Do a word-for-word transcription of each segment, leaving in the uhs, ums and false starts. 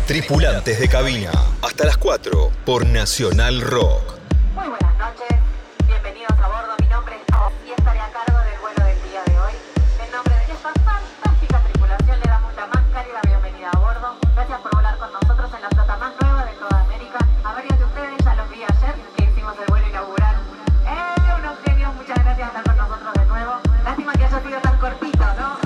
Tripulantes de cabina, hasta las cuatro por Nacional Rock. Muy buenas noches, bienvenidos a bordo. Mi nombre es Pau y estaré a cargo del vuelo del día de hoy. En nombre de esta fantástica tripulación le damos la más cálida bienvenida a bordo. Gracias por volar con nosotros en la flota más nueva de toda América. A varios de ustedes ya los vi ayer que hicimos el vuelo inaugural. ¡Eh, unos genios! Muchas gracias por estar con nosotros de nuevo. Lástima que haya sido tan cortito, ¿no?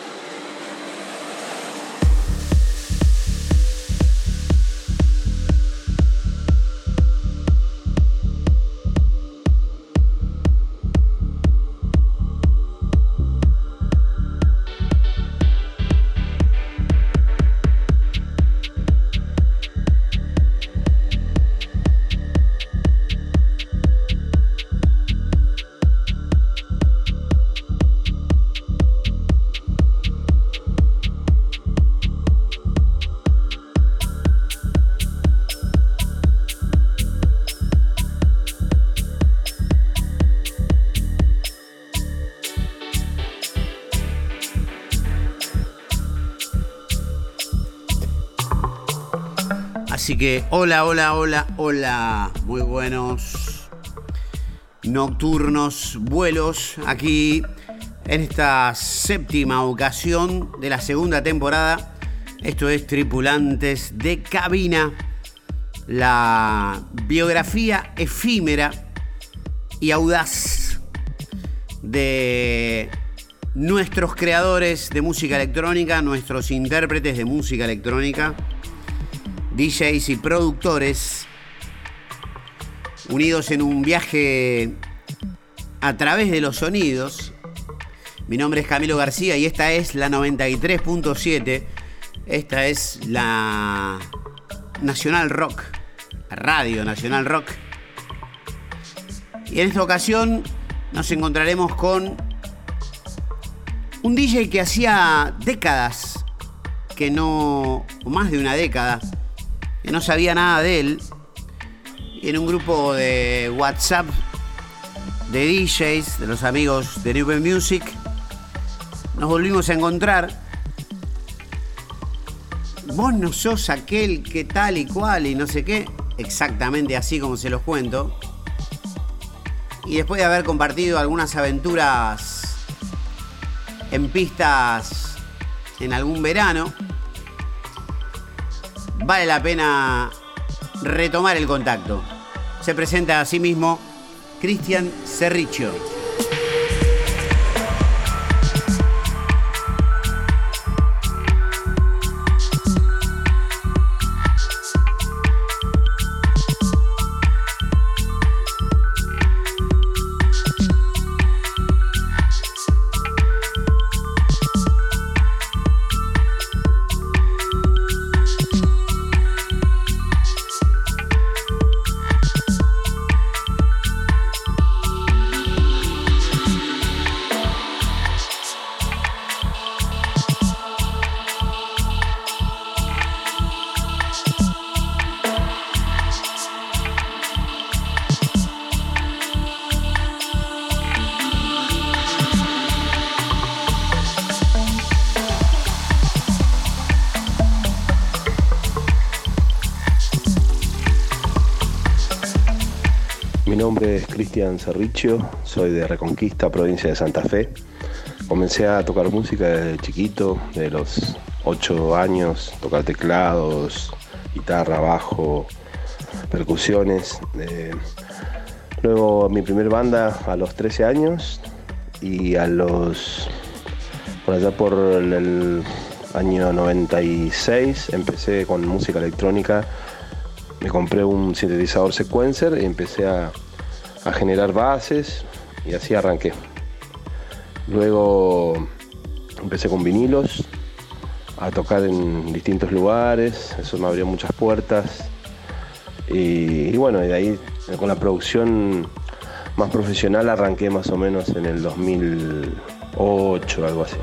Así que hola, hola, hola, hola. Muy buenos nocturnos vuelos aquí en esta séptima ocasión de la segunda temporada. Esto es Tripulantes de Cabina, la biografía efímera y audaz de nuestros creadores de música electrónica, nuestros intérpretes de música electrónica, D Js y productores, unidos en un viaje a través de los sonidos. Mi nombre es Camilo García y esta es la noventa y tres punto siete. Esta es la Nacional Rock, Radio Nacional Rock. Y en esta ocasión nos encontraremos con un D J que hacía décadas que no, o más de una década, que no sabía nada de él. Y en un grupo de WhatsApp de D Js, de los amigos de New Music, nos volvimos a encontrar. Vos no sos aquel que tal y cual y no sé qué, exactamente así como se los cuento. Y después de haber compartido algunas aventuras en pistas en algún verano, vale la pena retomar el contacto. Se presenta a sí mismo Cristian Cerriccio. Mi nombre es Cristian Cerriccio, soy de Reconquista, provincia de Santa Fe. Comencé a tocar música desde chiquito, de los ocho años, tocar teclados, guitarra, bajo, percusiones. Eh, luego mi primer banda a los trece años y a los, por allá por el, el año noventa y seis empecé con música electrónica. Me compré un sintetizador sequencer y empecé a, a generar bases y así arranqué. Luego empecé con vinilos, a tocar en distintos lugares, eso me abrió muchas puertas. Y, y bueno, y de ahí con la producción más profesional arranqué más o menos en el dos mil ocho, algo así.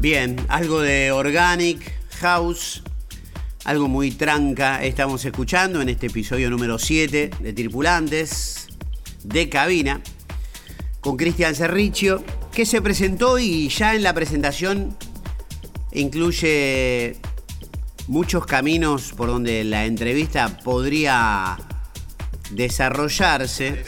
Bien, algo de Organic House, algo muy tranca estamos escuchando en este episodio número siete de Tripulantes de Cabina con Cristian Serricchio, que se presentó y ya en la presentación incluye muchos caminos por donde la entrevista podría desarrollarse,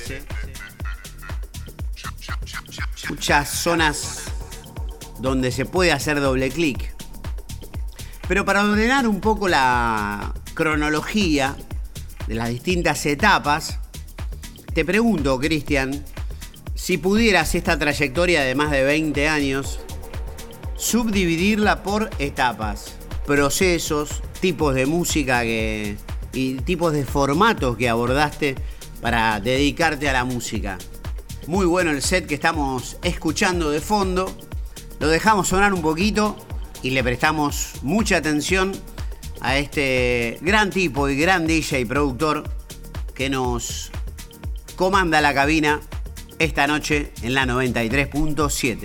muchas zonas donde se puede hacer doble clic. Pero para ordenar un poco la cronología de las distintas etapas, te pregunto, Cristian, si pudieras esta trayectoria de más de veinte años subdividirla por etapas, procesos, tipos de música que, y tipos de formatos que abordaste para dedicarte a la música. Muy bueno el set que estamos escuchando de fondo. Lo dejamos sonar un poquito y le prestamos mucha atención a este gran tipo y gran D J y productor que nos comanda la cabina esta noche en la noventa y tres punto siete.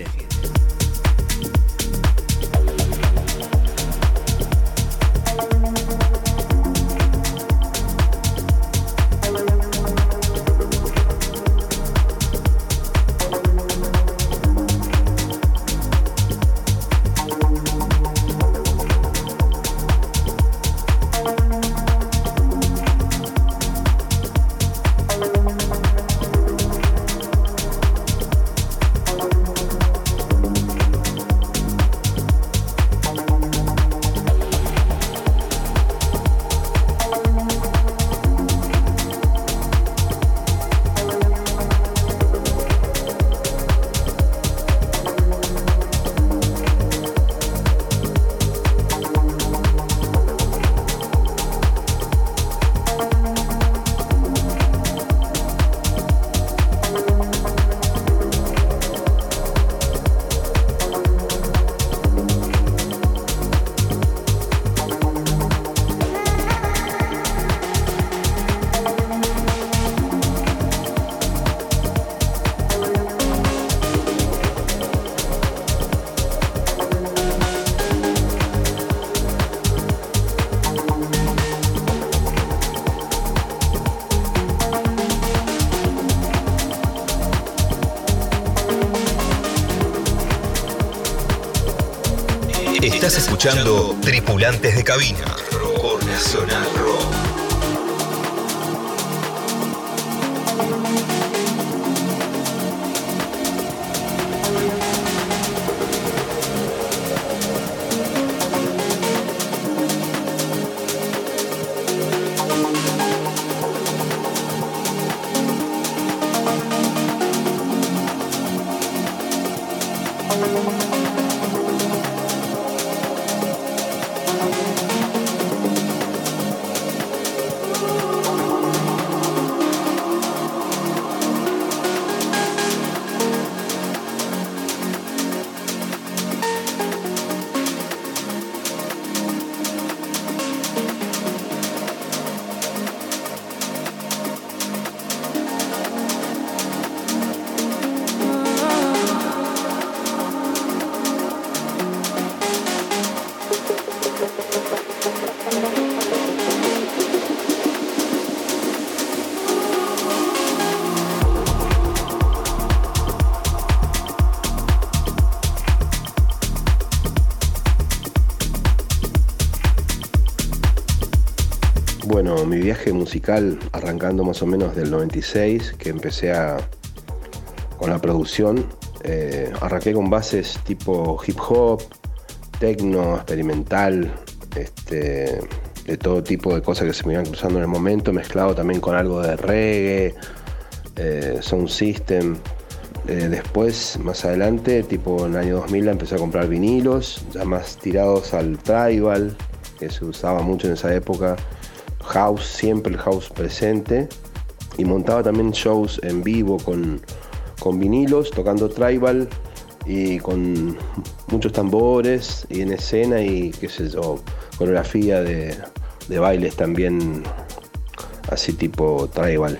Estás escuchando Tripulantes de Cabina por Nacional Rock. Bueno, mi viaje musical arrancando más o menos del noventa y seis, que empecé a, con la producción, eh, arranqué con bases tipo hip hop, techno, experimental, este, de todo tipo de cosas que se me iban cruzando en el momento, mezclado también con algo de reggae, eh, sound system. Eh, después, más adelante, tipo en el año dos mil, empecé a comprar vinilos, ya más tirados al tribal, que se usaba mucho en esa época. House, siempre el house presente, y montaba también shows en vivo con, con vinilos, tocando tribal y con muchos tambores y en escena y qué sé yo, coreografía de, de bailes también así tipo tribal.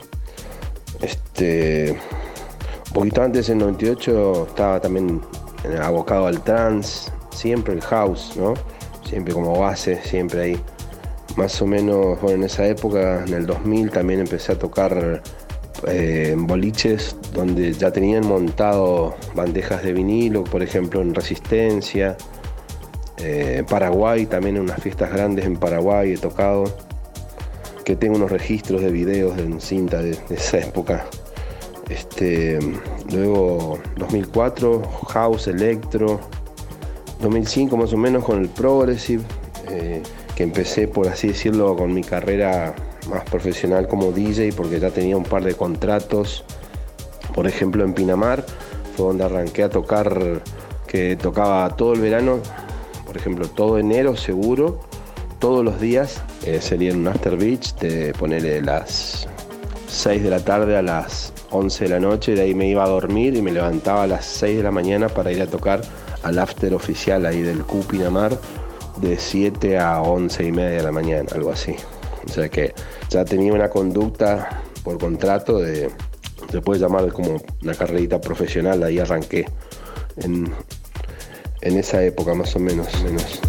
Este, un poquito antes, en noventa y ocho, estaba también abocado al trance, siempre el house, ¿no? Siempre como base, siempre ahí. Más o menos, bueno, en esa época, en el dos mil, también empecé a tocar eh, en boliches donde ya tenían montado bandejas de vinilo, por ejemplo en Resistencia, eh, en Paraguay, también en unas fiestas grandes en Paraguay he tocado, que tengo unos registros de videos en cinta de, de esa época. Este, luego dos mil cuatro, house, electro, dos mil cinco más o menos con el progressive, eh, que empecé, por así decirlo, con mi carrera más profesional como D J, porque ya tenía un par de contratos. Por ejemplo, en Pinamar fue donde arranqué a tocar, que tocaba todo el verano, por ejemplo, todo enero seguro, todos los días. Eh, sería en un After Beach, de ponerle las seis de la tarde a las once de la noche, de ahí me iba a dormir y me levantaba a las seis de la mañana para ir a tocar al after oficial ahí del Q Pinamar, de siete a once y media de la mañana, algo así. O sea que ya tenía una conducta por contrato de, se puede llamar como una carrerita profesional, ahí arranqué en, en esa época más o menos. menos.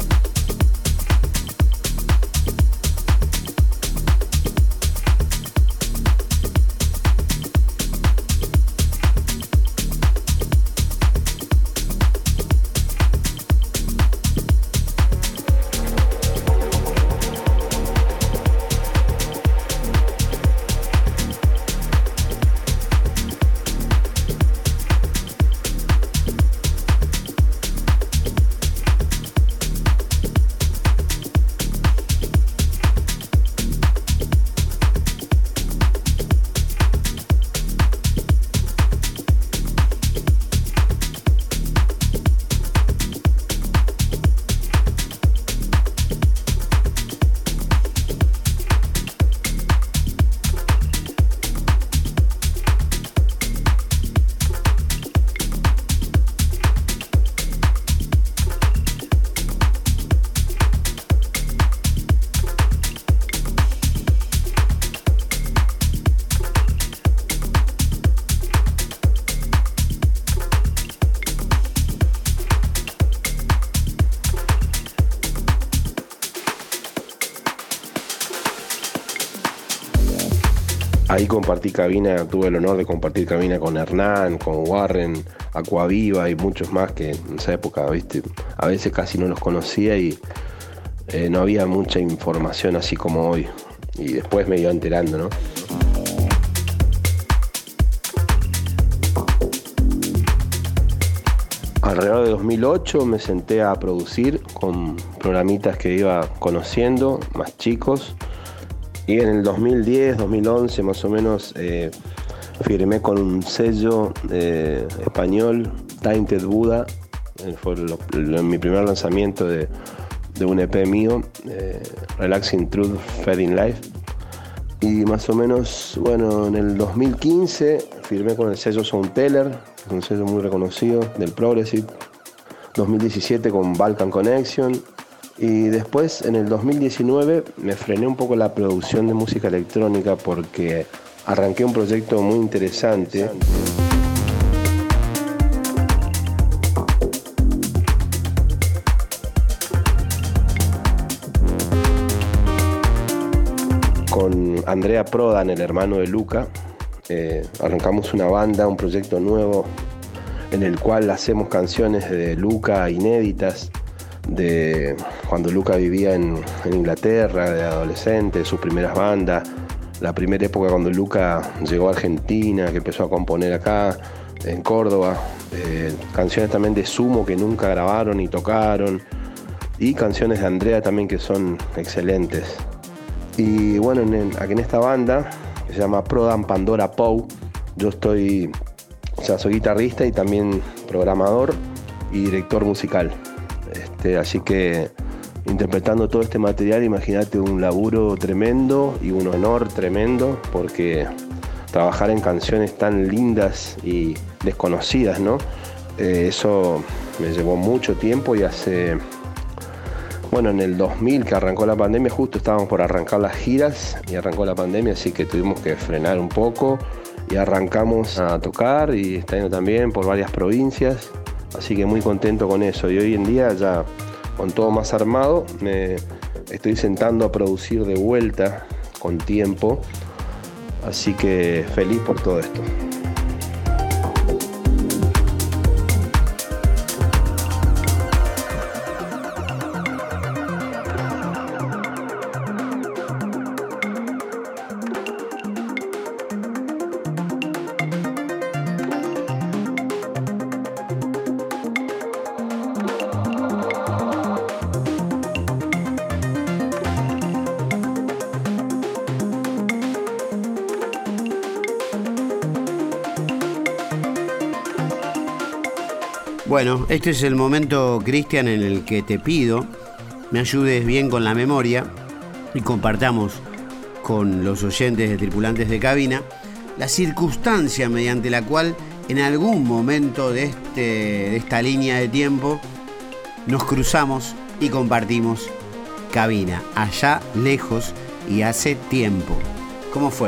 Ahí compartí cabina, tuve el honor de compartir cabina con Hernán, con Warren, Aquaviva y muchos más que en esa época, viste, a veces casi no los conocía y eh, no había mucha información así como hoy. Y después me iba enterando, ¿no? Alrededor de dos mil ocho me senté a producir con programitas que iba conociendo, más chicos. Y en el dos mil diez, dos mil once más o menos eh, firmé con un sello eh, español, Tainted Buddha. Eh, fue lo, lo, mi primer lanzamiento de, de un E P mío, eh, Relaxing Truth, Fading Life. Y más o menos, bueno, en el dos mil quince firmé con el sello Soundteller, un sello muy reconocido del Progressive. dos mil diecisiete con Balkan Connection. Y después, en el dos mil diecinueve, me frené un poco la producción de música electrónica porque arranqué un proyecto muy interesante. Con Andrea Prodan, el hermano de Luca, eh, arrancamos una banda, un proyecto nuevo en el cual hacemos canciones de Luca inéditas, de cuando Luca vivía en, en Inglaterra, de adolescente, sus primeras bandas, la primera época cuando Luca llegó a Argentina, que empezó a componer acá, en Córdoba, eh, canciones también de Sumo que nunca grabaron ni tocaron, y canciones de Andrea también que son excelentes. Y bueno, en, aquí en esta banda, que se llama Prodan Pandora Pou, yo estoy, o sea, soy guitarrista y también programador y director musical. Este, así que interpretando todo este material, imagínate un laburo tremendo y un honor tremendo, porque trabajar en canciones tan lindas y desconocidas, ¿no? Eh, eso me llevó mucho tiempo y hace, bueno, en el dos mil que arrancó la pandemia, justo estábamos por arrancar las giras y arrancó la pandemia, así que tuvimos que frenar un poco y arrancamos a tocar y este año también por varias provincias. Así que muy contento con eso. Y hoy en día ya con todo más armado, me estoy sentando a producir de vuelta con tiempo. Así que feliz por todo esto. Bueno, este es el momento, Cristian, en el que te pido me ayudes bien con la memoria y compartamos con los oyentes de Tripulantes de Cabina la circunstancia mediante la cual en algún momento de, este, de esta línea de tiempo nos cruzamos y compartimos cabina, allá lejos y hace tiempo. ¿Cómo fue?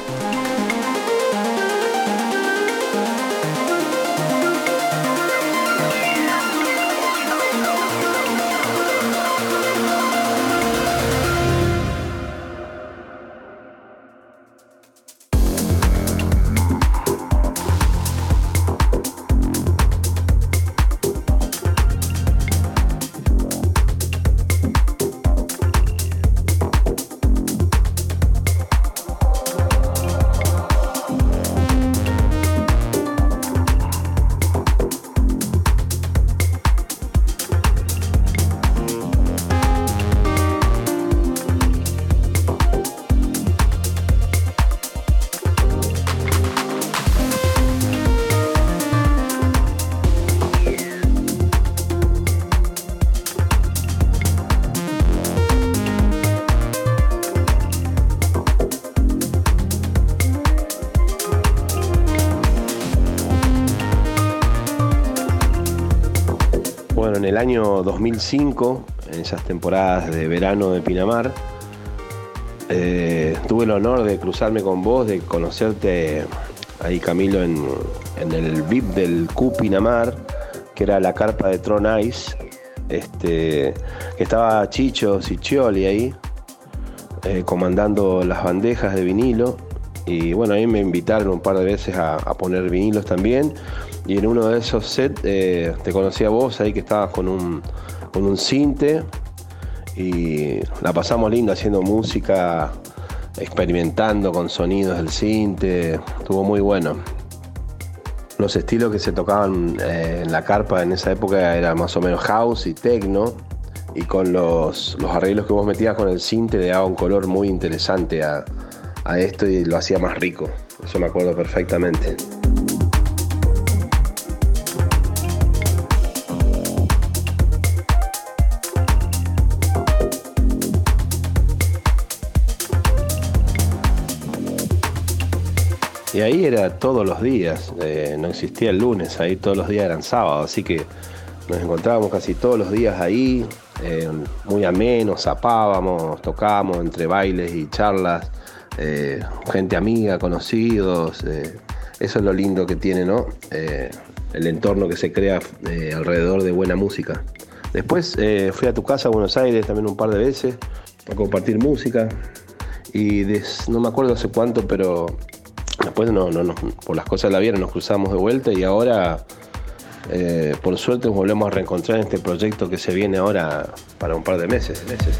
Bueno, en el año dos mil cinco, en esas temporadas de verano de Pinamar, eh, tuve el honor de cruzarme con vos, de conocerte ahí, Camilo, en, en el V I P del Q Pinamar, que era la carpa de Tron Ice, este, que estaba Chicho Ciccioli ahí, eh, comandando las bandejas de vinilo. Y bueno, ahí me invitaron un par de veces a, a poner vinilos también. Y en uno de esos sets eh, te conocí a vos ahí, que estabas con un, con un cinte. Y la pasamos lindo haciendo música, experimentando con sonidos del cinte. Estuvo muy bueno. Los estilos que se tocaban eh, en la carpa en esa época era más o menos house y techno. Y con los, los arreglos que vos metías con el cinte le daba un color muy interesante a, a esto y lo hacía más rico. Eso me acuerdo perfectamente. Y ahí era todos los días, eh, no existía el lunes, ahí todos los días eran sábados, así que nos encontrábamos casi todos los días ahí, eh, muy amenos, zapábamos, tocábamos entre bailes y charlas, eh, gente amiga, conocidos, eh, eso es lo lindo que tiene, ¿no? Eh, el entorno que se crea eh, alrededor de buena música. Después eh, fui a tu casa a Buenos Aires también un par de veces a compartir música y des, no me acuerdo hace cuánto, pero después no, no, no, por las cosas de la vida nos cruzamos de vuelta y ahora eh, por suerte nos volvemos a reencontrar en este proyecto que se viene ahora para un par de meses. meses.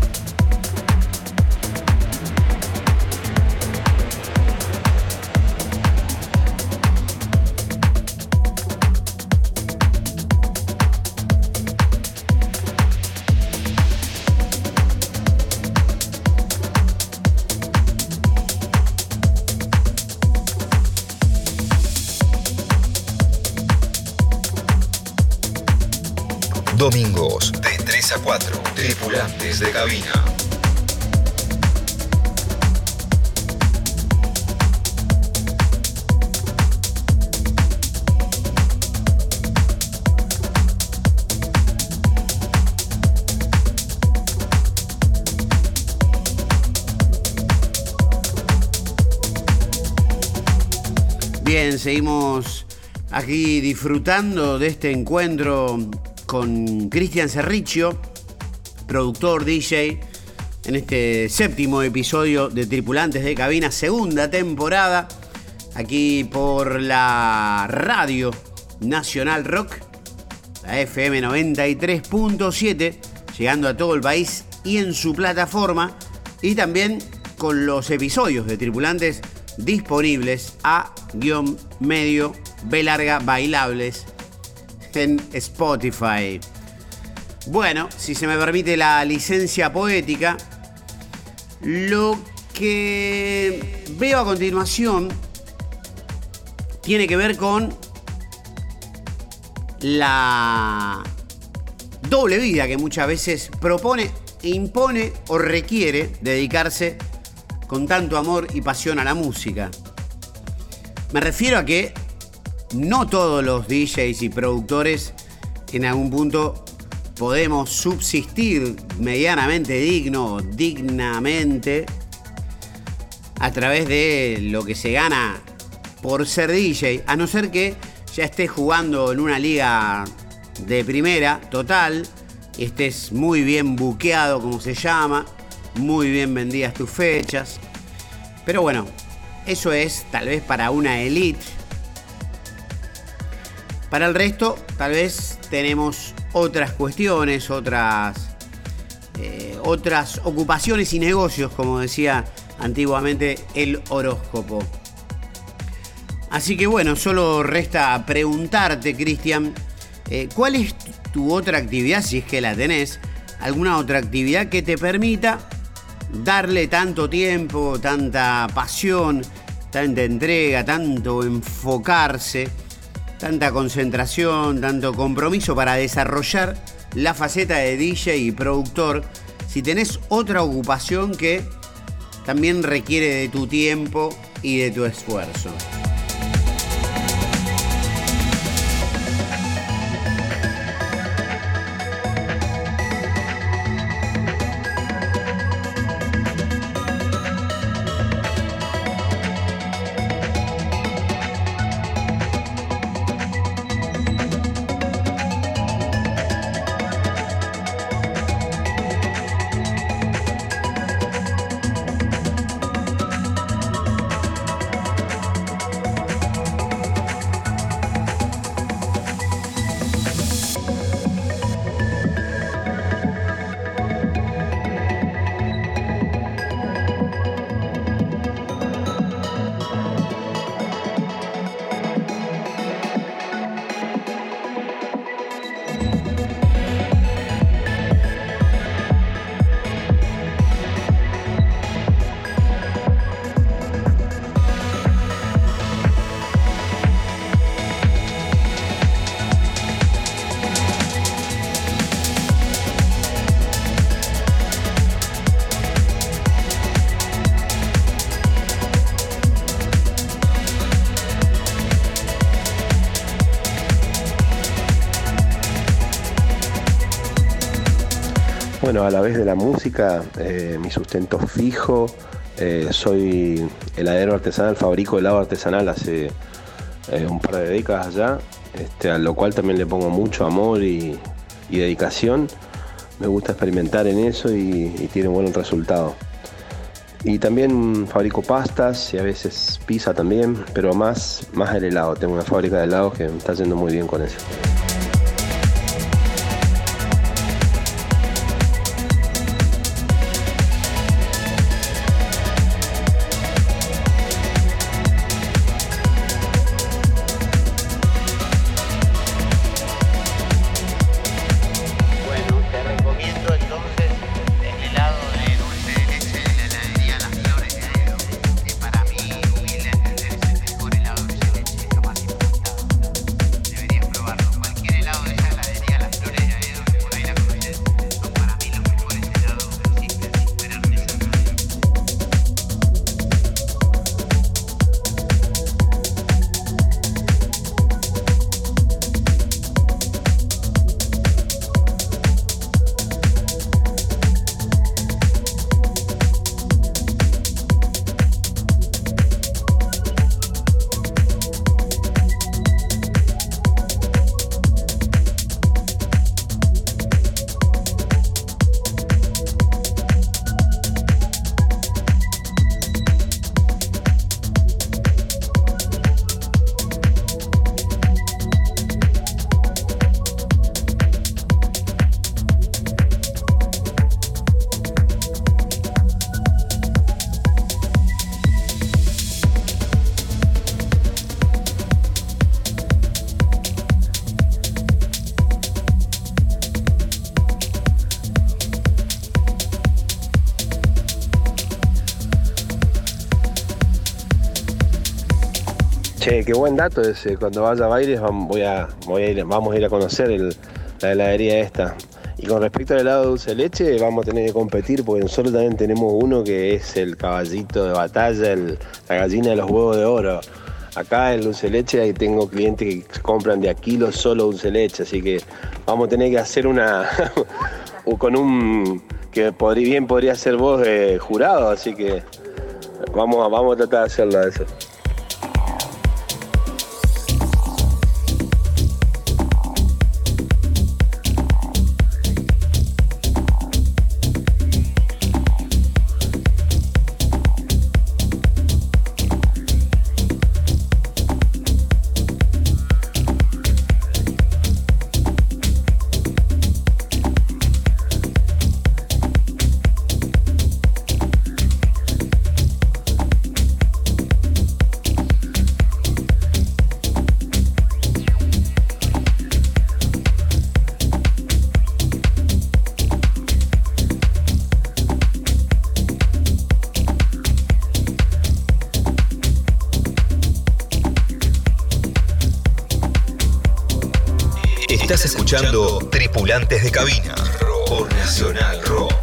Domingos de tres a cuatro, Tripulantes de Cabina. Bien, seguimos aquí disfrutando de este encuentro con Cristian Cerriccio, productor, D J, en este séptimo episodio de Tripulantes de Cabina, segunda temporada, aquí por la Radio Nacional Rock, la F M noventa y tres punto siete, llegando a todo el país y en su plataforma, y también con los episodios de Tripulantes disponibles a guión medio B larga bailables en Spotify. Bueno, si se me permite la licencia poética, lo que veo a continuación tiene que ver con la doble vida que muchas veces propone, impone o requiere dedicarse con tanto amor y pasión a la música. Me refiero a que no todos los D Js y productores en algún punto podemos subsistir medianamente digno o dignamente a través de lo que se gana por ser D J, a no ser que ya estés jugando en una liga de primera total, estés muy bien buqueado, como se llama, muy bien vendidas tus fechas. Pero bueno, eso es tal vez para una elite. Para el resto, tal vez tenemos otras cuestiones, otras, eh, otras ocupaciones y negocios, como decía antiguamente el horóscopo. Así que bueno, solo resta preguntarte, Cristian, eh, ¿cuál es tu otra actividad, si es que la tenés? ¿Alguna otra actividad que te permita darle tanto tiempo, tanta pasión, tanta entrega, tanto enfocarse, tanta concentración, tanto compromiso para desarrollar la faceta de D J y productor, si tenés otra ocupación que también requiere de tu tiempo y de tu esfuerzo? Bueno, a la vez de la música, eh, mi sustento fijo, eh, soy heladero artesanal, fabrico helado artesanal hace eh, un par de décadas ya, este, a lo cual también le pongo mucho amor y, y dedicación. Me gusta experimentar en eso y, y tiene buen resultado. Y también fabrico pastas y a veces pizza también, pero más, más el helado. Tengo una fábrica de helados que me está yendo muy bien con eso. Probarlo. Che, qué buen dato ese. Cuando vaya a Bailes vamos, voy a, voy a ir, vamos a ir a conocer el, la heladería esta. Y con respecto al helado de dulce de leche, vamos a tener que competir porque nosotros también tenemos uno que es el caballito de batalla, el, la gallina de los huevos de oro. Acá el dulce de leche, ahí tengo clientes que compran de a kilo solo dulce de leche, así que vamos a tener que hacer una con un que podría, bien podría ser vos de jurado, así que vamos a, vamos a tratar de hacerlo eso. Estás escuchando Tripulantes de Cabina por Nacional Rock.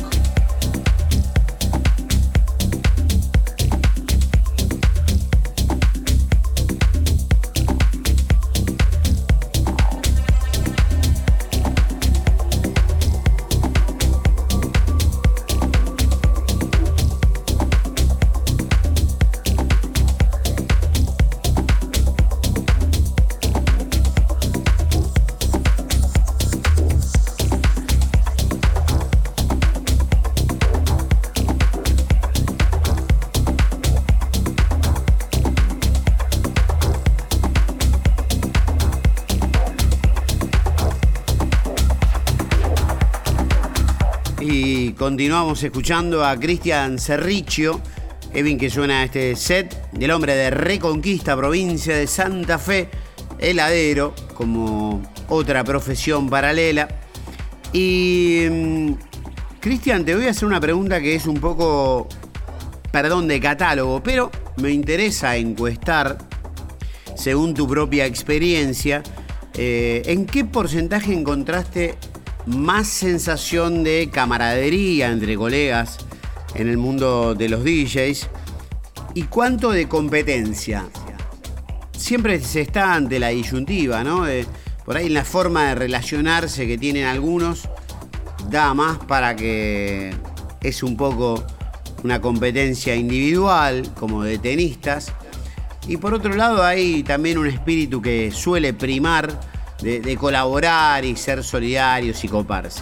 Y continuamos escuchando a Cristian Cerricchio, Evin, que suena a este set del hombre de Reconquista, provincia de Santa Fe, heladero, como otra profesión paralela. Y mmm, Cristian, te voy a hacer una pregunta que es un poco, perdón, de catálogo, pero me interesa encuestar, según tu propia experiencia, eh, ¿en qué porcentaje encontraste más sensación de camaradería entre colegas en el mundo de los D Js y cuánto de competencia? Siempre se está ante la disyuntiva, ¿no? Eh, por ahí la forma de relacionarse que tienen algunos da más para que es un poco una competencia individual, como de tenistas, y por otro lado hay también un espíritu que suele primar De, de colaborar y ser solidarios y coparse.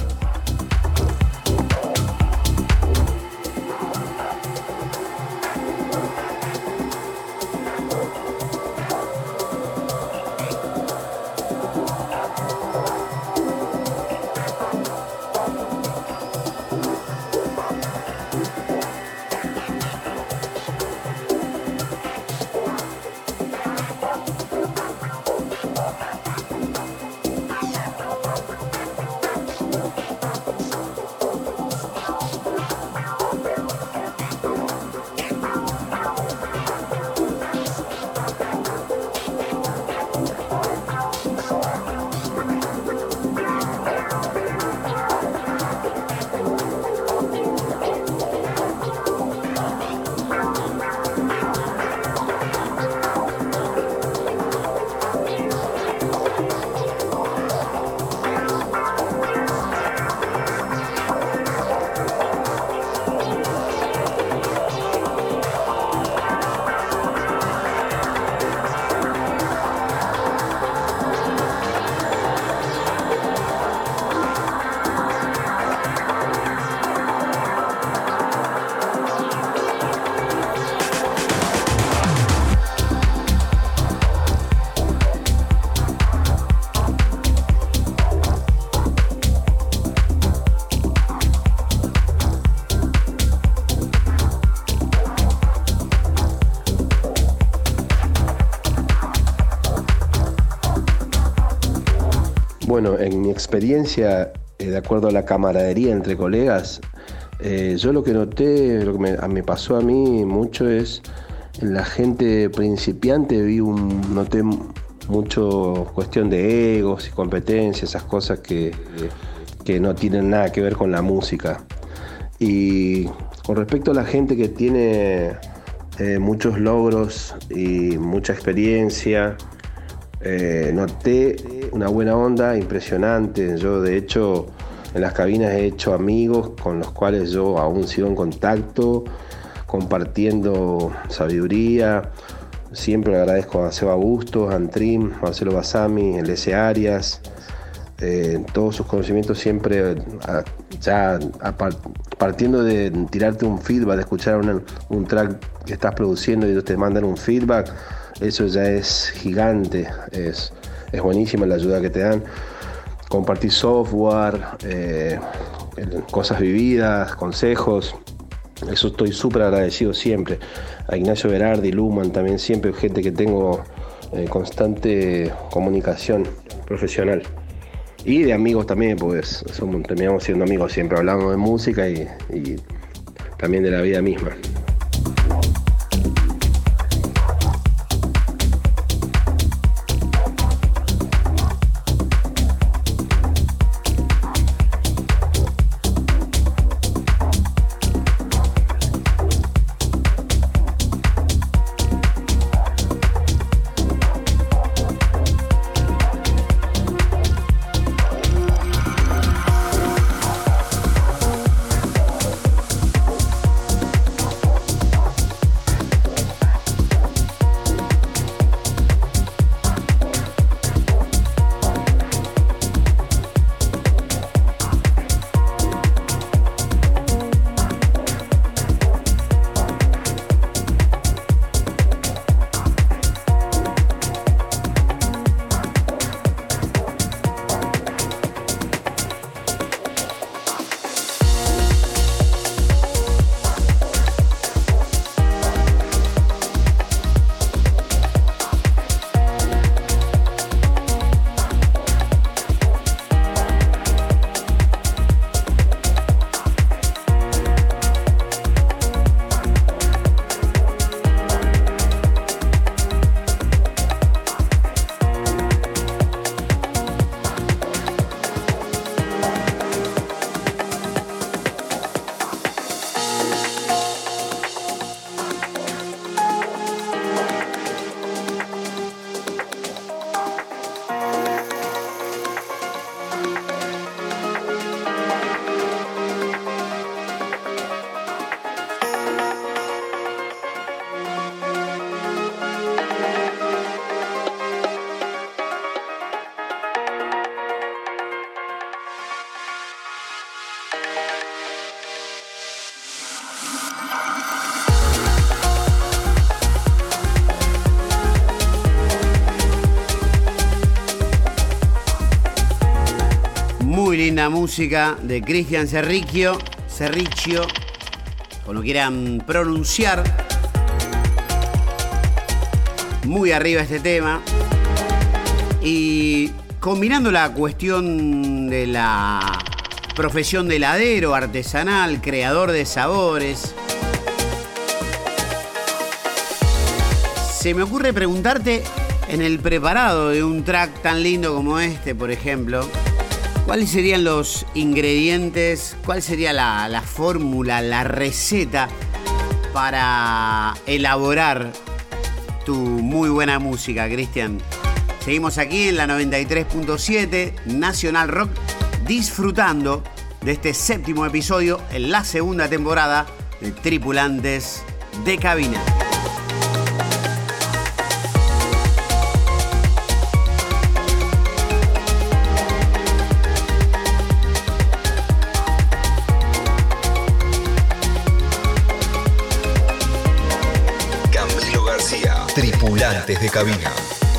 Bueno, en mi experiencia, eh, de acuerdo a la camaradería entre colegas, eh, yo lo que noté, lo que me, me pasó a mí mucho es en la gente principiante vi un, noté mucho cuestión de egos y competencias, esas cosas que, que no tienen nada que ver con la música. Y con respecto a la gente que tiene eh, muchos logros y mucha experiencia, eh, noté una buena onda impresionante. Yo, de hecho, en las cabinas he hecho amigos con los cuales yo aún sigo en contacto, compartiendo sabiduría. Siempre le agradezco a Seba Bustos, a Antrim, Marcelo Basami, el S. Arias, eh, todos sus conocimientos siempre a, ya a par, partiendo de tirarte un feedback, de escuchar una, un track que estás produciendo y ellos te mandan un feedback, eso ya es gigante, es, es buenísima la ayuda que te dan. Compartir software, eh, cosas vividas, consejos. Eso estoy súper agradecido siempre. A Ignacio Berardi, Luman también, siempre gente que tengo eh, constante comunicación profesional. Y de amigos también, pues somos, terminamos siendo amigos siempre. Hablamos de música y, y también de la vida misma. Muy linda música de Cristian Serricchio, Serricchio, como quieran pronunciar. Muy arriba este tema. Y combinando la cuestión de la profesión de heladero, artesanal, creador de sabores, se me ocurre preguntarte, en el preparado de un track tan lindo como este, por ejemplo, ¿cuáles serían los ingredientes? ¿Cuál sería la, la fórmula, la receta para elaborar tu muy buena música, Cristian? Seguimos aquí en la noventa y tres punto siete Nacional Rock, disfrutando de este séptimo episodio en la segunda temporada de Tripulantes de Cabina. Tripulantes de Cabina.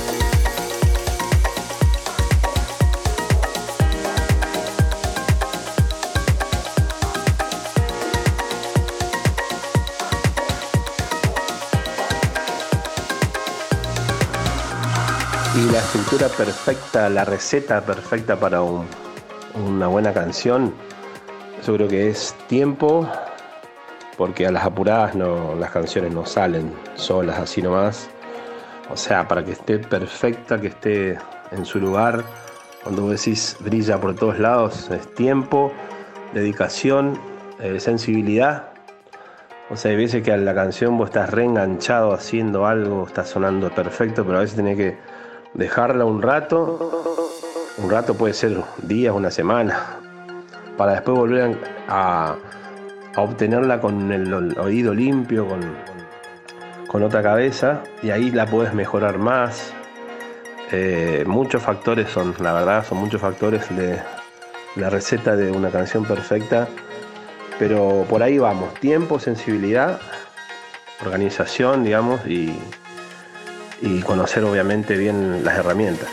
Y la estructura perfecta, la receta perfecta para un, una buena canción, yo creo que es tiempo, porque a las apuradas no, las canciones no salen solas así nomás. O sea, para que esté perfecta, que esté en su lugar, cuando vos decís brilla por todos lados, es tiempo, dedicación, eh, sensibilidad. O sea, hay veces que a la canción vos estás reenganchado haciendo algo, está sonando perfecto, pero a veces tenés que dejarla un rato. Un rato puede ser días, una semana, para después volver a, a obtenerla con el, el oído limpio, con, con otra cabeza, y ahí la podés mejorar más. Eh, muchos factores son, la verdad, son muchos factores de la receta de una canción perfecta, pero por ahí vamos: tiempo, sensibilidad, organización, digamos, y, y conocer obviamente bien las herramientas.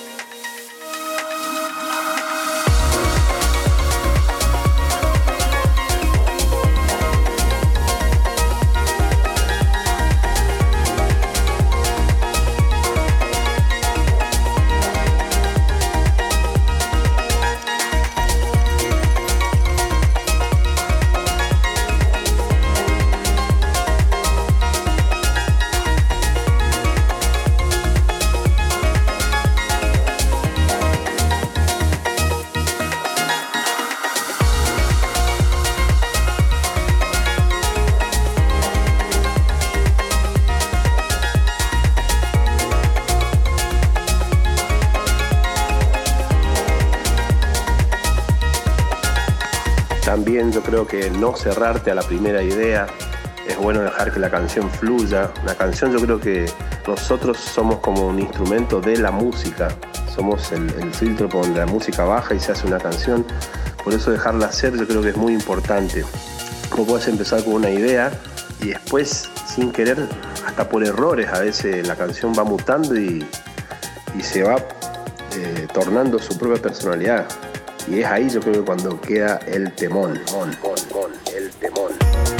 También yo creo que no cerrarte a la primera idea, es bueno dejar que la canción fluya. La canción, yo creo que nosotros somos como un instrumento de la música, somos el, el filtro por donde la música baja y se hace una canción, por eso dejarla hacer yo creo que es muy importante. Vos podés empezar con una idea y después, sin querer, hasta por errores, a veces la canción va mutando y, y se va eh, tornando su propia personalidad. Y es ahí yo creo que cuando queda el temón, mon, mon, mon, el temón.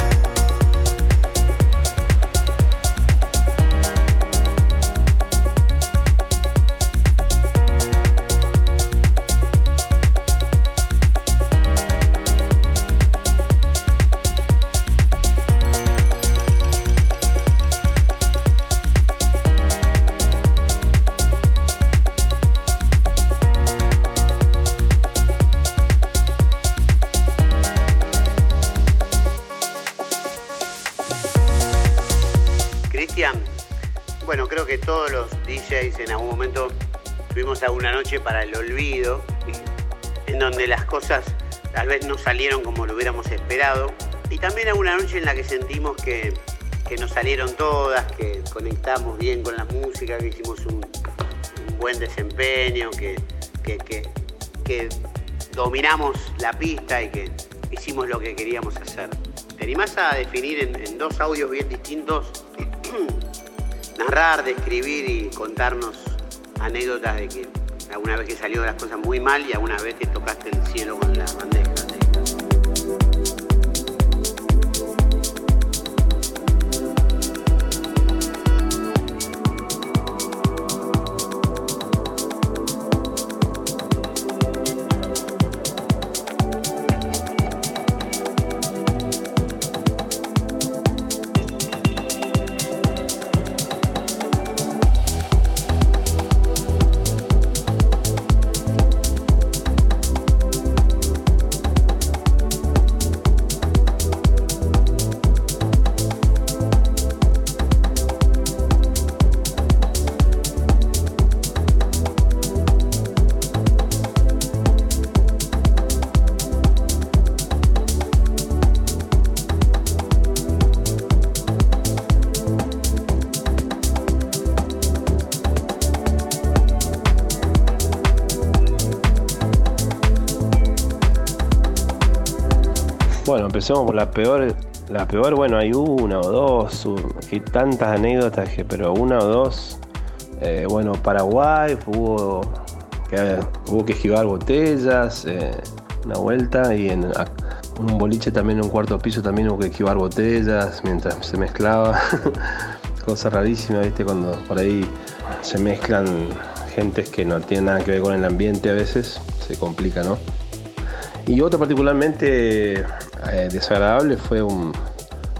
Bueno, creo que todos los D Js en algún momento tuvimos alguna noche para el olvido, en donde las cosas tal vez no salieron como lo hubiéramos esperado, y también alguna noche en la que sentimos que, que nos salieron todas, que conectamos bien con la música, que hicimos un, un buen desempeño, que, que, que, que dominamos la pista y que hicimos lo que queríamos hacer. ¿Te animás a definir en, en dos audios bien distintos, narrar, describir y contarnos anécdotas de que alguna vez que salió las cosas muy mal y alguna vez que tocaste el cielo con la bandeja? Bueno, empecemos por la peor. La peor, bueno, hay una o dos, hay tantas anécdotas, que, pero una o dos. Eh, bueno, Paraguay, hubo que, hubo que esquivar botellas, eh, una vuelta, y en a, un boliche también, en un cuarto piso, también hubo que esquivar botellas mientras se mezclaba. Cosa rarísima, ¿viste? Cuando por ahí se mezclan gentes que no tienen nada que ver con el ambiente, a veces se complica, ¿no? Y otro particularmente eh, desagradable fue un,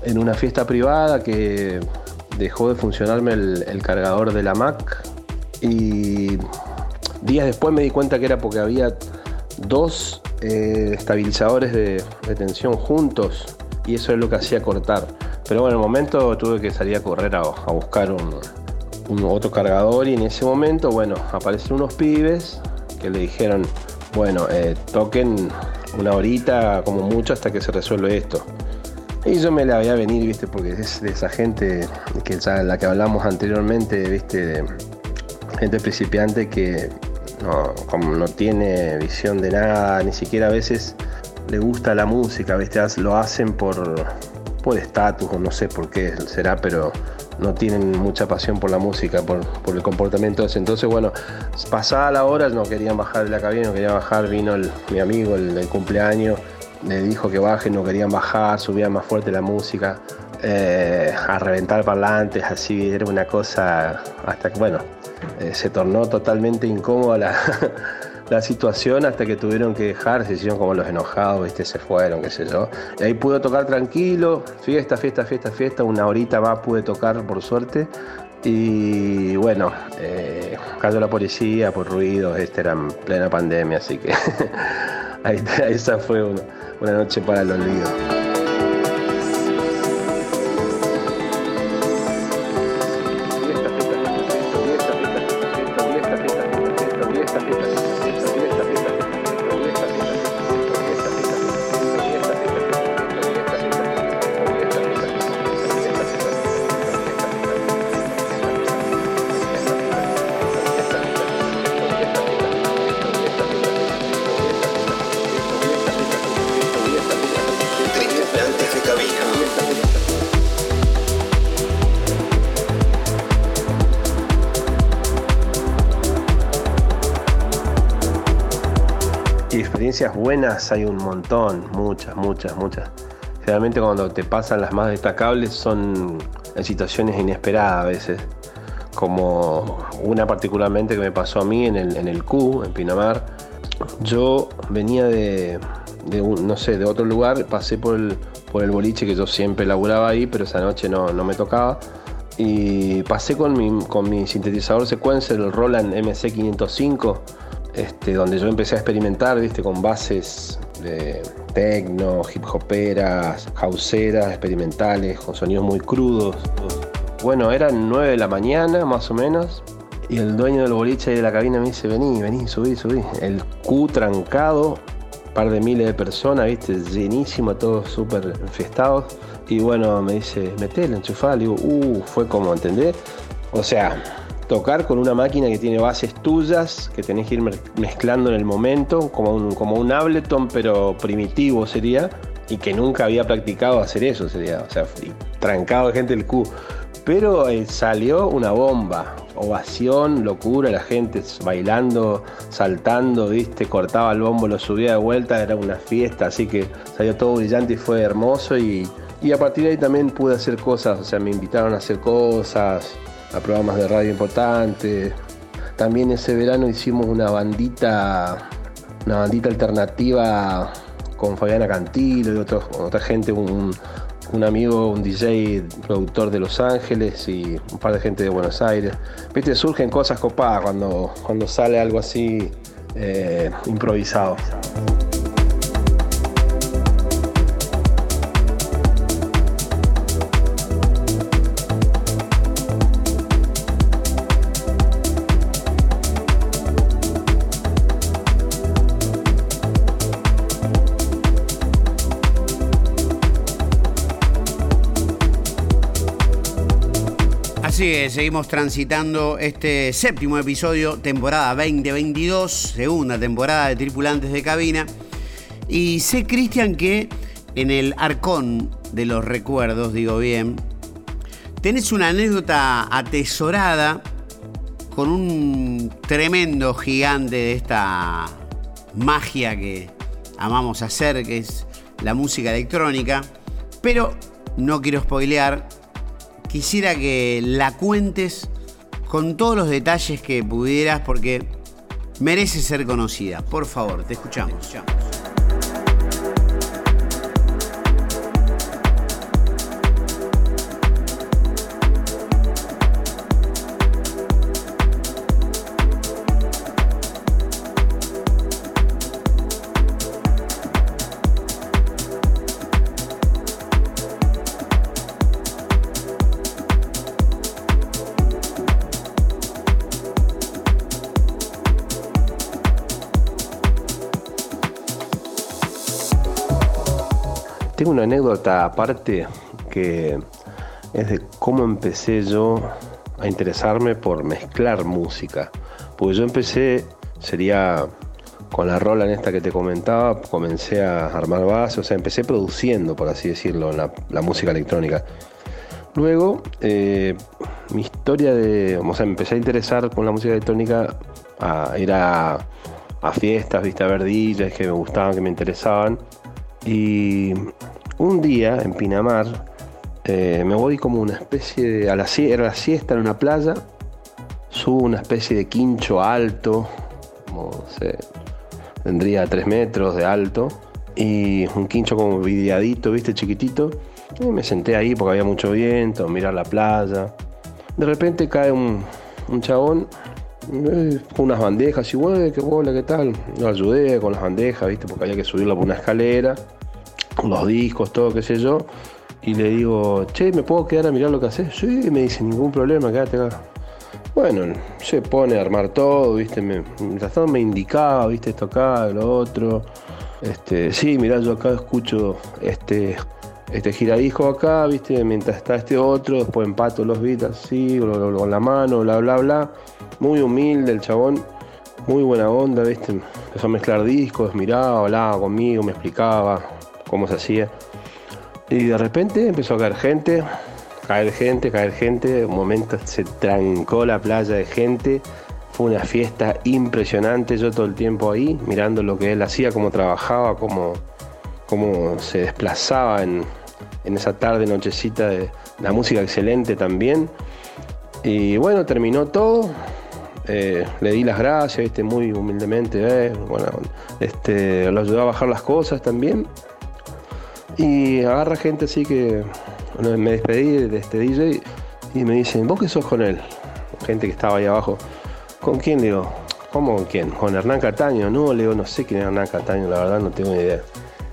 en una fiesta privada que dejó de funcionarme el, el cargador de la Mac y días después me di cuenta que era porque había dos eh, estabilizadores de, de tensión juntos y eso es lo que hacía cortar. Pero bueno, en el momento tuve que salir a correr a, a buscar un, un otro cargador y en ese momento, bueno, aparecieron unos pibes que le dijeron, bueno, eh, toquen una horita como mucho hasta que se resuelve esto. Y yo me la veía venir, viste, porque es de esa gente que ya la que hablamos anteriormente, viste, de gente principiante que no, como no tiene visión de nada, ni siquiera a veces le gusta la música, viste, lo hacen por por estatus o no sé por qué será, pero no tienen mucha pasión por la música, por, por el comportamiento ese. Entonces, bueno, pasada la hora no querían bajar de la cabina, no querían bajar, vino el, mi amigo el del cumpleaños, le dijo que bajen, no querían bajar, subían más fuerte la música, eh, a reventar parlantes, así, era una cosa, hasta que, bueno, eh, se tornó totalmente incómoda la, la situación hasta que tuvieron que dejar, se hicieron como los enojados, ¿viste? Se fueron, qué sé yo. Y ahí pude tocar tranquilo, fiesta, fiesta, fiesta, fiesta, una horita más pude tocar por suerte. Y bueno, eh, cayó la policía por ruidos, este era en plena pandemia, así que ahí, esa fue una, una noche para el olvido. Experiencias buenas hay un montón, muchas, muchas, muchas. Generalmente cuando te pasan las más destacables son en situaciones inesperadas a veces, como una particularmente que me pasó a mí en el, en el Q, en Pinamar. Yo venía de, de un, no sé, de otro lugar, pasé por el, por el boliche que yo siempre laburaba ahí, pero esa noche no, no me tocaba. Y pasé con mi, con mi sintetizador sequencer, el Roland M C quinientos cinco, Este, donde yo empecé a experimentar, ¿viste? Con bases de techno, hip hoperas, houseeras, experimentales, con sonidos muy crudos. Bueno, eran nueve de la mañana más o menos y el dueño del boliche y de la cabina me dice, vení, vení, subí, subí. El Q trancado, un par de miles de personas, ¿viste? Llenísimo, todos súper enfiestados. Y bueno, me dice, metele, enchufá. Le digo, uh, fue como, ¿entendés? O sea, tocar con una máquina que tiene bases tuyas, que tenés que ir mezclando en el momento, como un, como un Ableton, pero primitivo sería, y que nunca había practicado hacer eso, sería, o sea, trancado de gente el Q. Pero eh, salió una bomba, ovación, locura, la gente bailando, saltando, viste, cortaba el bombo, lo subía de vuelta, era una fiesta, así que salió todo brillante y fue hermoso, y, y a partir de ahí también pude hacer cosas, o sea, me invitaron a hacer cosas, a programas de radio importantes. También ese verano hicimos una bandita, una bandita alternativa con Fabiana Cantilo y otro, otra gente, un, un amigo, un D J, productor de Los Ángeles y un par de gente de Buenos Aires. Viste, surgen cosas copadas cuando, cuando sale algo así eh, improvisado. Así que seguimos transitando este séptimo episodio, temporada veinte veintidós, segunda temporada de Tripulantes de Cabina. Y sé, Cristian, que en el arcón de los recuerdos, digo bien, tenés una anécdota atesorada con un tremendo gigante de esta magia que amamos hacer, que es la música electrónica. Pero no quiero spoilear. Quisiera que la cuentes con todos los detalles que pudieras, porque merece ser conocida. Por favor, te escuchamos. Te escuchamos. tengo una anécdota aparte que es de cómo empecé yo a interesarme por mezclar música. Porque yo empecé, sería con la Roland esta que te comentaba, comencé a armar bases, o sea, empecé produciendo, por así decirlo, la, la música electrónica. Luego, eh, mi historia de, o sea, me empecé a interesar con la música electrónica, a ir a, a fiestas, viste, a ver D Js que me gustaban, que me interesaban. Y un día en Pinamar, eh, me voy como una especie de, a la, era la siesta en una playa, subo una especie de quincho alto, como, no sé, tendría tres metros de alto, y un quincho como vidriadito, viste, chiquitito. Y me senté ahí porque había mucho viento, mirar la playa. De repente cae un, un chabón eh, con unas bandejas y, güey, qué bola, qué tal. Lo ayudé con las bandejas, viste, porque había que subirlo por una escalera, los discos, todo, qué sé yo. Y le digo, che, ¿me puedo quedar a mirar lo que haces? Sí, me dice, ningún problema, quédate acá. Bueno, se pone a armar todo, viste, me, mientras tanto me indicaba, viste, esto acá, lo otro. Este, sí, mirá, yo acá escucho este, este giradisco acá, viste, mientras está este otro, después empato los beats así, con la mano, bla, bla, bla. Muy humilde el chabón, muy buena onda, viste. Empezó a mezclar discos, miraba, hablaba conmigo, me explicaba cómo se hacía. Y de repente empezó a caer gente. Caer gente, caer gente, un momento se trancó la playa de gente, fue una fiesta impresionante, yo todo el tiempo ahí, mirando lo que él hacía, cómo trabajaba, cómo, cómo se desplazaba en, en esa tarde, nochecita, de la música excelente también. Y bueno, terminó todo, eh, le di las gracias, ¿viste? Muy humildemente, eh, bueno, este, lo ayudé a bajar las cosas también. Y agarra gente así que... Bueno, me despedí de este D J y me dicen, ¿vos qué sos con él? Gente que estaba ahí abajo. ¿Con quién? Le digo, ¿cómo con quién? ¿Con Hernán Cataño? No, le digo, no sé quién es Hernán Cataño, la verdad no tengo ni idea.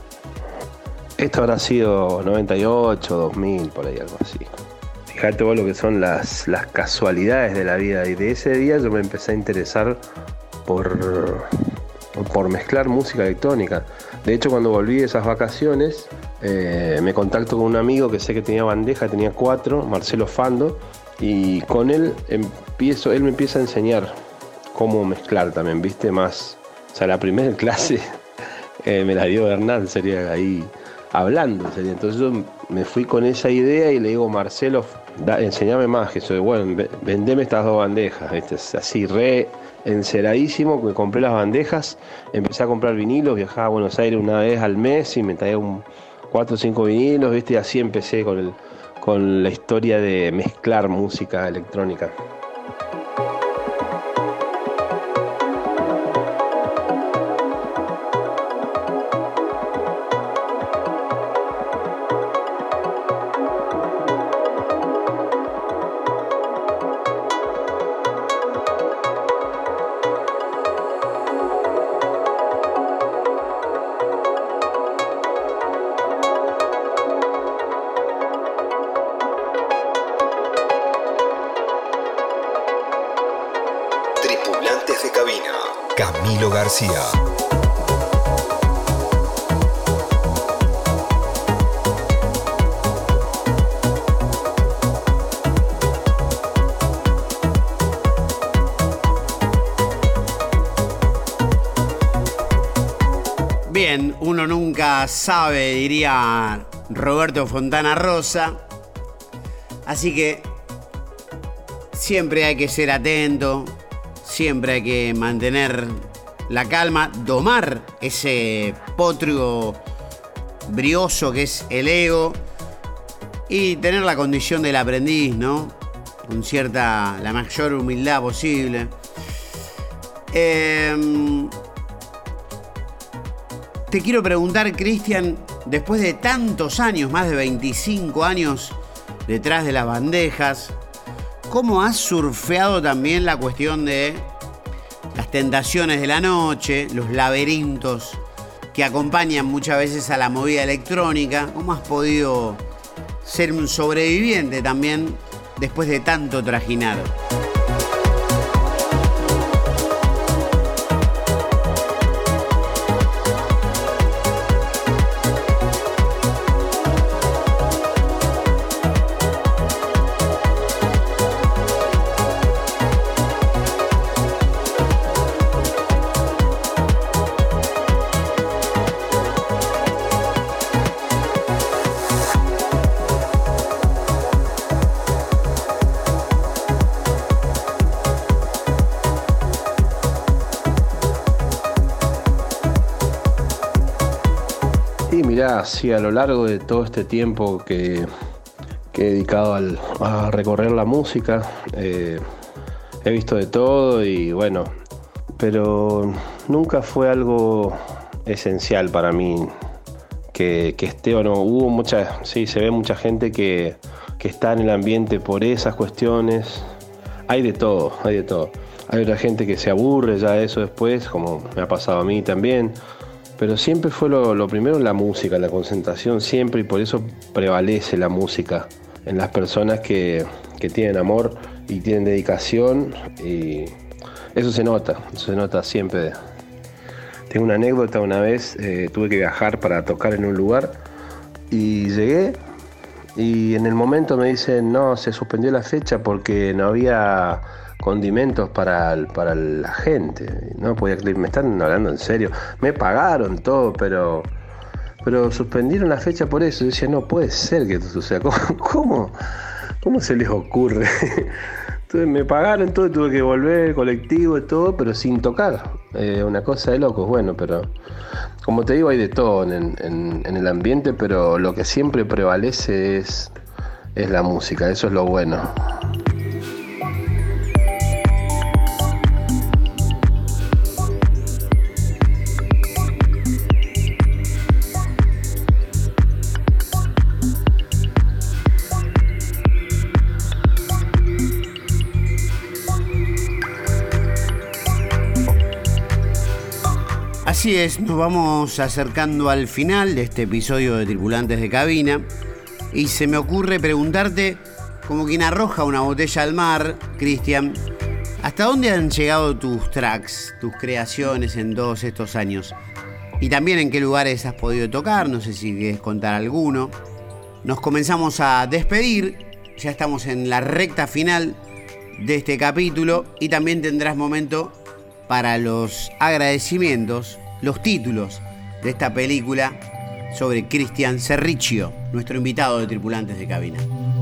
Esto habrá sido noventa y ocho, dos mil, por ahí, algo así. Fíjate vos lo que son las, las casualidades de la vida. Y de ese día yo me empecé a interesar por, por mezclar música electrónica. De hecho, cuando volví de esas vacaciones, eh, me contacto con un amigo que sé que tenía bandeja, tenía cuatro, Marcelo Fando, y con él empiezo, él me empieza a enseñar cómo mezclar también, ¿viste? Más, o sea, la primera clase eh, me la dio Hernán, sería ahí hablando, sería. Entonces yo me fui con esa idea y le digo, Marcelo, da, enseñame más, que soy bueno, vendeme estas dos bandejas, ¿viste? Así, re enceradísimo, que compré las bandejas, empecé a comprar vinilos, viajaba a Buenos Aires una vez al mes y me traía un cuatro o cinco vinilos, ¿viste? Y así empecé con, el, con la historia de mezclar música electrónica. Tripulantes de cabina, Camilo García. Bien, uno nunca sabe, diría Roberto Fontana Rosa. Así que siempre hay que ser atento, siempre hay que mantener la calma, domar ese potro brioso que es el ego y tener la condición del aprendiz, ¿no? Con cierta, la mayor humildad posible. Eh, te quiero preguntar, Cristian, después de tantos años, más de veinticinco años detrás de las bandejas, ¿cómo has surfeado también la cuestión de las tentaciones de la noche, los laberintos que acompañan muchas veces a la movida electrónica? ¿Cómo has podido ser un sobreviviente también después de tanto trajinar? Mirá, sí, a lo largo de todo este tiempo que, que he dedicado al, a recorrer la música, eh, he visto de todo y bueno, pero nunca fue algo esencial para mí que, que esté o no. Hubo mucha, sí, se ve mucha gente que, que está en el ambiente por esas cuestiones. Hay de todo, hay de todo. Hay otra gente que se aburre ya de eso después, como me ha pasado a mí también. Pero siempre fue lo, lo primero la música, la concentración siempre, y por eso prevalece la música en las personas que, que tienen amor y tienen dedicación, y eso se nota, eso se nota siempre. Tengo una anécdota, una vez eh, tuve que viajar para tocar en un lugar y llegué y en el momento me dicen no, se suspendió la fecha porque no había condimentos para, para la gente. No podía creer, me están hablando en serio. Me pagaron todo, pero, pero suspendieron la fecha por eso. Yo decía, no puede ser que esto suceda. ¿Cómo, cómo, cómo se les ocurre? Entonces me pagaron todo y tuve que volver, colectivo y todo, pero sin tocar. Eh, una cosa de locos, bueno, pero como te digo, hay de todo en, en, en el ambiente, pero lo que siempre prevalece es, es la música, eso es lo bueno. Así es, nos vamos acercando al final de este episodio de Tripulantes de Cabina y se me ocurre preguntarte, como quien arroja una botella al mar, Cristian, ¿hasta dónde han llegado tus tracks, tus creaciones en todos estos años? Y también en qué lugares has podido tocar, no sé si quieres contar alguno. Nos comenzamos a despedir, ya estamos en la recta final de este capítulo y también tendrás momento para los agradecimientos, los títulos de esta película sobre Cristian Serricchio, nuestro invitado de Tripulantes de Cabina.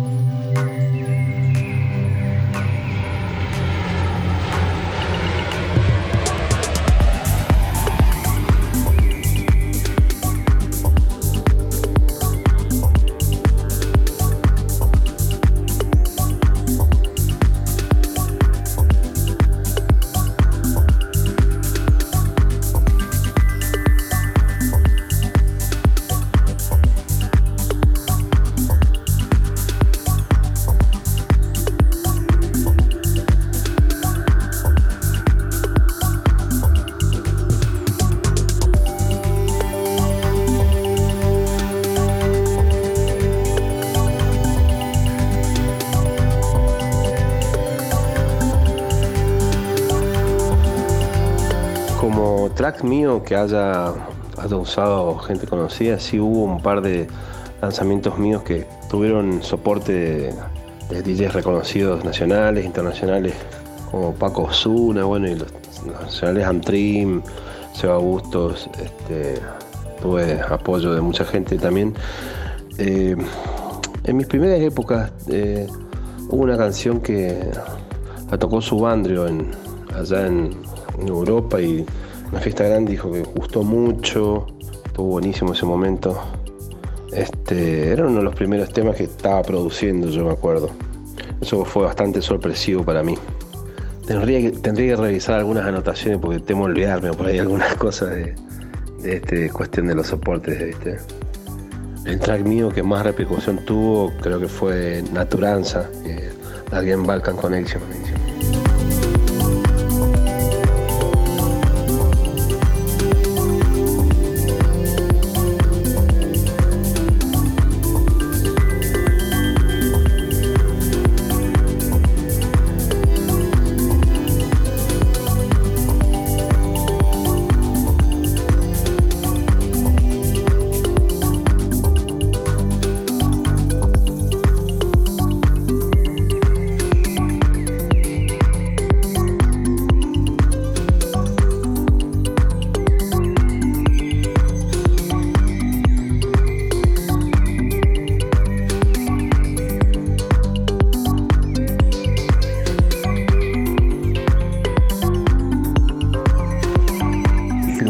Track mío que haya, haya usado gente conocida, sí hubo un par de lanzamientos míos que tuvieron soporte de, de D Js reconocidos nacionales, internacionales, como Paco Osuna, bueno, y los, los nacionales Antrim, Seba Bustos, este, tuve apoyo de mucha gente también. Eh, en mis primeras épocas eh, hubo una canción que la tocó Subandrio en, allá en, en Europa, y una fiesta grande, dijo que gustó mucho, estuvo buenísimo ese momento. Este, era uno de los primeros temas que estaba produciendo, yo me acuerdo. Eso fue bastante sorpresivo para mí. Tendría que, tendría que revisar algunas anotaciones porque temo olvidarme por ahí algunas cosas de, de este, cuestión de los soportes, ¿viste? El track mío que más repercusión tuvo creo que fue Naturanza, eh, Again Balkan Connection.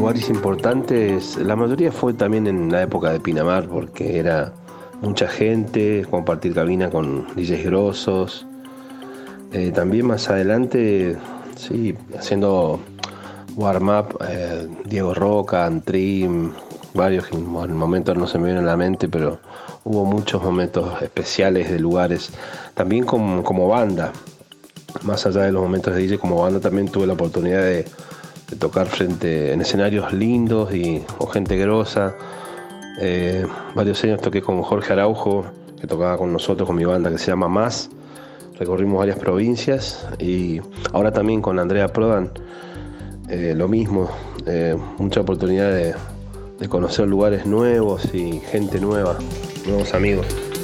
lugares importantes, la mayoría fue también en la época de Pinamar, porque era mucha gente, compartir cabina con D Js grosos. Eh, también más adelante, sí, haciendo warm-up, eh, Diego Roca, Antrim, varios que en momentos no se me vienen a la mente, pero hubo muchos momentos especiales de lugares. También como, como banda, más allá de los momentos de D J, como banda también tuve la oportunidad de, de tocar frente en escenarios lindos y con gente grosa. Eh, varios años toqué con Jorge Araujo, que tocaba con nosotros, con mi banda que se llama Más. Recorrimos varias provincias y ahora también con Andrea Prodan, eh, lo mismo, eh, mucha oportunidad de, de conocer lugares nuevos y gente nueva, nuevos amigos.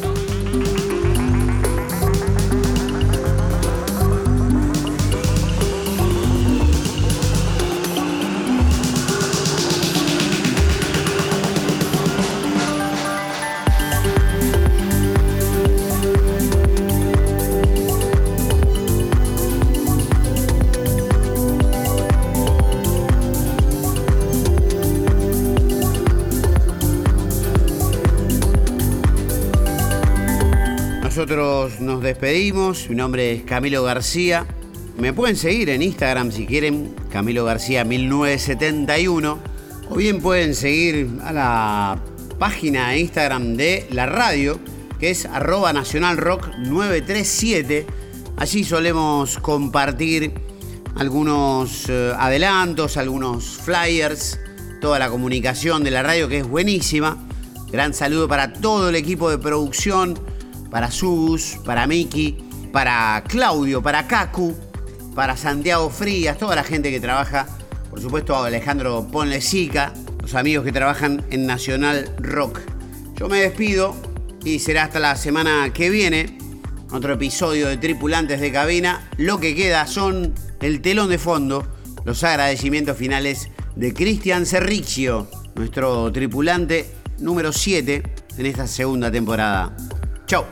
Nosotros nos despedimos. Mi nombre es Camilo García. Me pueden seguir en Instagram si quieren, Camilo García mil novecientos setenta y uno. O bien pueden seguir a la página de Instagram de la radio, que es arroba Nacional Rock nueve tres siete. Allí solemos compartir algunos eh, adelantos, algunos flyers, toda la comunicación de la radio, que es buenísima. Gran saludo para todo el equipo de producción, para Sus, para Miki, para Claudio, para Cacu, para Santiago Frías, toda la gente que trabaja, por supuesto a Alejandro Ponlecica, los amigos que trabajan en Nacional Rock. Yo me despido y será hasta la semana que viene, otro episodio de Tripulantes de Cabina. Lo que queda son el telón de fondo, los agradecimientos finales de Cristian Cerricchio, nuestro tripulante número siete en esta segunda temporada. Chau.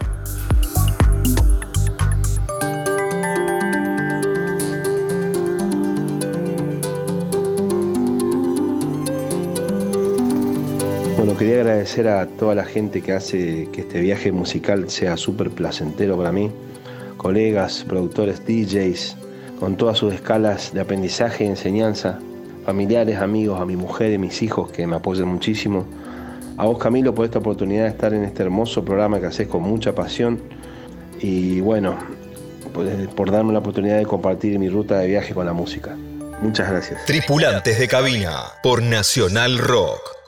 Bueno, quería agradecer a toda la gente que hace que este viaje musical sea súper placentero para mí. Colegas, productores, D Js, con todas sus escalas de aprendizaje y enseñanza. Familiares, amigos, a mi mujer y mis hijos que me apoyan muchísimo. A vos, Camilo, por esta oportunidad de estar en este hermoso programa que haces con mucha pasión. Y bueno, por, por darme la oportunidad de compartir mi ruta de viaje con la música. Muchas gracias. Tripulantes de Cabina por Nacional Rock.